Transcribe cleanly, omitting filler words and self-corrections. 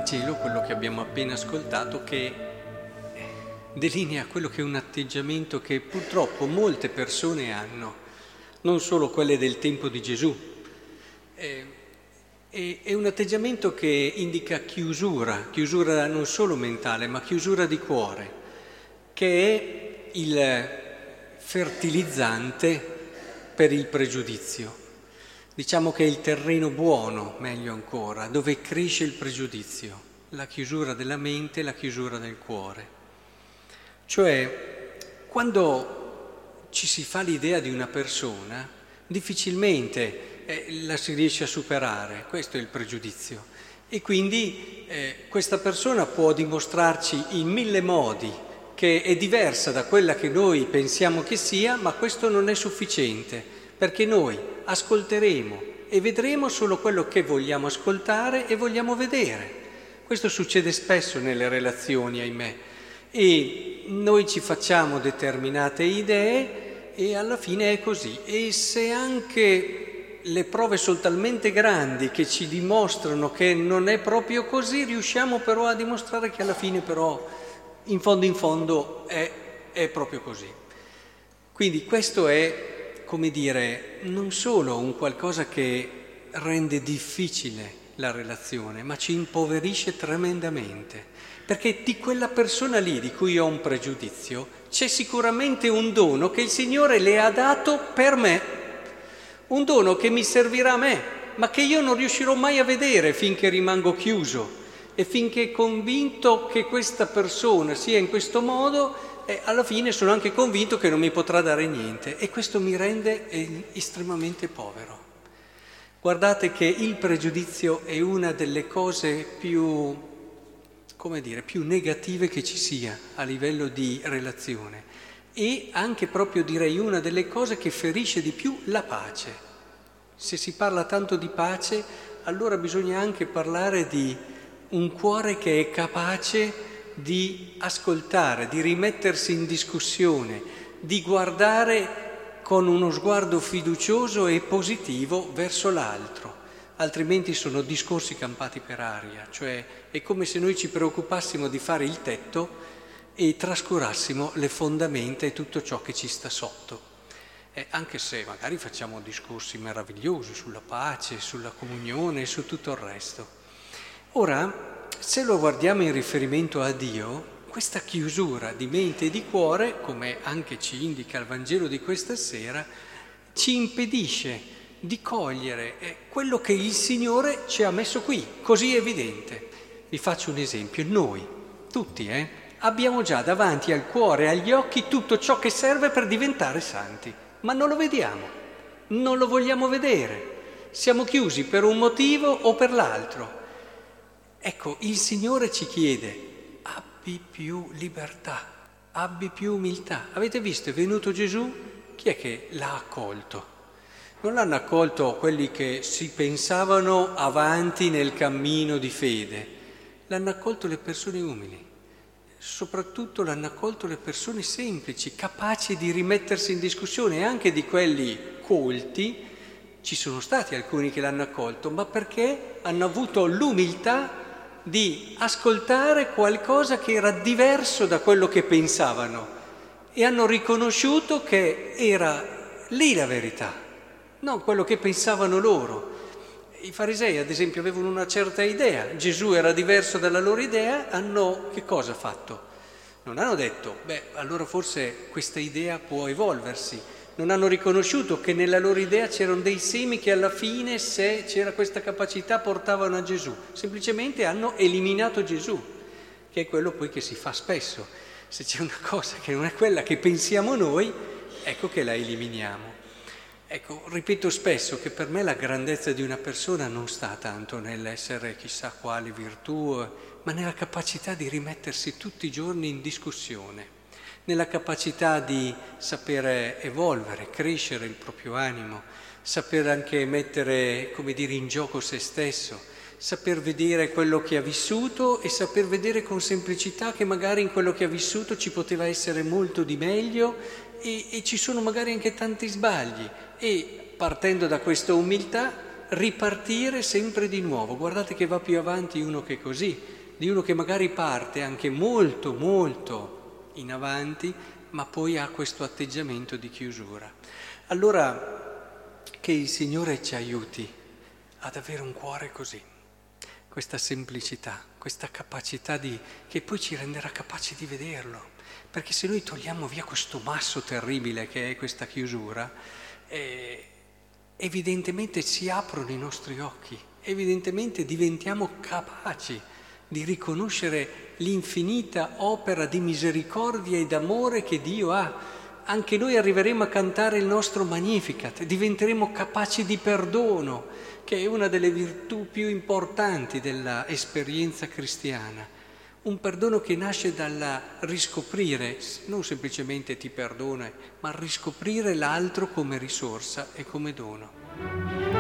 Vangelo, quello che abbiamo appena ascoltato, che delinea quello che è un atteggiamento che purtroppo molte persone hanno, non solo quelle del tempo di Gesù. È un atteggiamento che indica chiusura non solo mentale, ma chiusura di cuore, che è il fertilizzante per il pregiudizio. Diciamo che è il terreno buono, meglio ancora, dove cresce il pregiudizio, la chiusura della mente, la chiusura del cuore. Cioè, quando ci si fa l'idea di una persona, difficilmente la si riesce a superare, questo è il pregiudizio. E quindi questa persona può dimostrarci in 1000 modi che è diversa da quella che noi pensiamo che sia, ma questo non è sufficiente, perché noi ascolteremo e vedremo solo quello che vogliamo ascoltare e vogliamo vedere. Questo succede spesso nelle relazioni, ahimè, e noi ci facciamo determinate idee e alla fine è così. E se anche le prove sono talmente grandi che ci dimostrano che non è proprio così, riusciamo però a dimostrare che alla fine però in fondo è proprio così. Quindi questo è, come dire, non solo un qualcosa che rende difficile la relazione, ma ci impoverisce tremendamente, perché di quella persona lì di cui ho un pregiudizio c'è sicuramente un dono che il Signore le ha dato per me, un dono che mi servirà a me, ma che io non riuscirò mai a vedere finché rimango chiuso e finché convinto che questa persona sia in questo modo. E alla fine sono anche convinto che non mi potrà dare niente e questo mi rende estremamente povero. Guardate che il pregiudizio è una delle cose più negative che ci sia a livello di relazione e anche proprio direi una delle cose che ferisce di più la pace. Se si parla tanto di pace, allora bisogna anche parlare di un cuore che è capace di ascoltare, di rimettersi in discussione, di guardare con uno sguardo fiducioso e positivo verso l'altro, altrimenti sono discorsi campati per aria, cioè è come se noi ci preoccupassimo di fare il tetto e trascurassimo le fondamenta e tutto ciò che ci sta sotto. Anche se magari facciamo discorsi meravigliosi sulla pace, sulla comunione e su tutto il resto. Ora, se lo guardiamo in riferimento a Dio, questa chiusura di mente e di cuore, come anche ci indica il Vangelo di questa sera, ci impedisce di cogliere quello che il Signore ci ha messo qui, così evidente. Vi faccio un esempio. Noi, tutti, abbiamo già davanti al cuore e agli occhi tutto ciò che serve per diventare santi, ma non lo vediamo, non lo vogliamo vedere. Siamo chiusi per un motivo o per l'altro. Ecco, il Signore ci chiede, abbi più libertà, abbi più umiltà. Avete visto, è venuto Gesù, chi è che l'ha accolto? Non l'hanno accolto quelli che si pensavano avanti nel cammino di fede, l'hanno accolto le persone umili, soprattutto l'hanno accolto le persone semplici, capaci di rimettersi in discussione, e anche di quelli colti. Ci sono stati alcuni che l'hanno accolto, ma perché hanno avuto l'umiltà di ascoltare qualcosa che era diverso da quello che pensavano e hanno riconosciuto che era lì la verità, non quello che pensavano loro. I farisei, ad esempio, avevano una certa idea, Gesù era diverso dalla loro idea, che cosa fatto? Non hanno detto, allora forse questa idea può evolversi. Non hanno riconosciuto che nella loro idea c'erano dei semi che alla fine, se c'era questa capacità, portavano a Gesù. Semplicemente hanno eliminato Gesù, che è quello poi che si fa spesso. Se c'è una cosa che non è quella che pensiamo noi, ecco che la eliminiamo. Ecco, ripeto spesso che per me la grandezza di una persona non sta tanto nell'essere chissà quale virtù, ma nella capacità di rimettersi tutti i giorni in discussione, nella capacità di sapere evolvere, crescere il proprio animo, saper anche mettere, in gioco se stesso, saper vedere quello che ha vissuto e saper vedere con semplicità che magari in quello che ha vissuto ci poteva essere molto di meglio e ci sono magari anche tanti sbagli e partendo da questa umiltà ripartire sempre di nuovo. Guardate che va più avanti uno che così, di uno che magari parte anche molto, molto in avanti, ma poi ha questo atteggiamento di chiusura. Allora, che il Signore ci aiuti ad avere un cuore così, questa semplicità, questa capacità che poi ci renderà capaci di vederlo. Perché se noi togliamo via questo masso terribile che è questa chiusura, evidentemente si aprono i nostri occhi, evidentemente diventiamo capaci di riconoscere l'infinita opera di misericordia e d'amore che Dio ha. Anche noi arriveremo a cantare il nostro Magnificat, diventeremo capaci di perdono, che è una delle virtù più importanti della esperienza cristiana. Un perdono che nasce dal riscoprire, non semplicemente ti perdono, ma riscoprire l'altro come risorsa e come dono.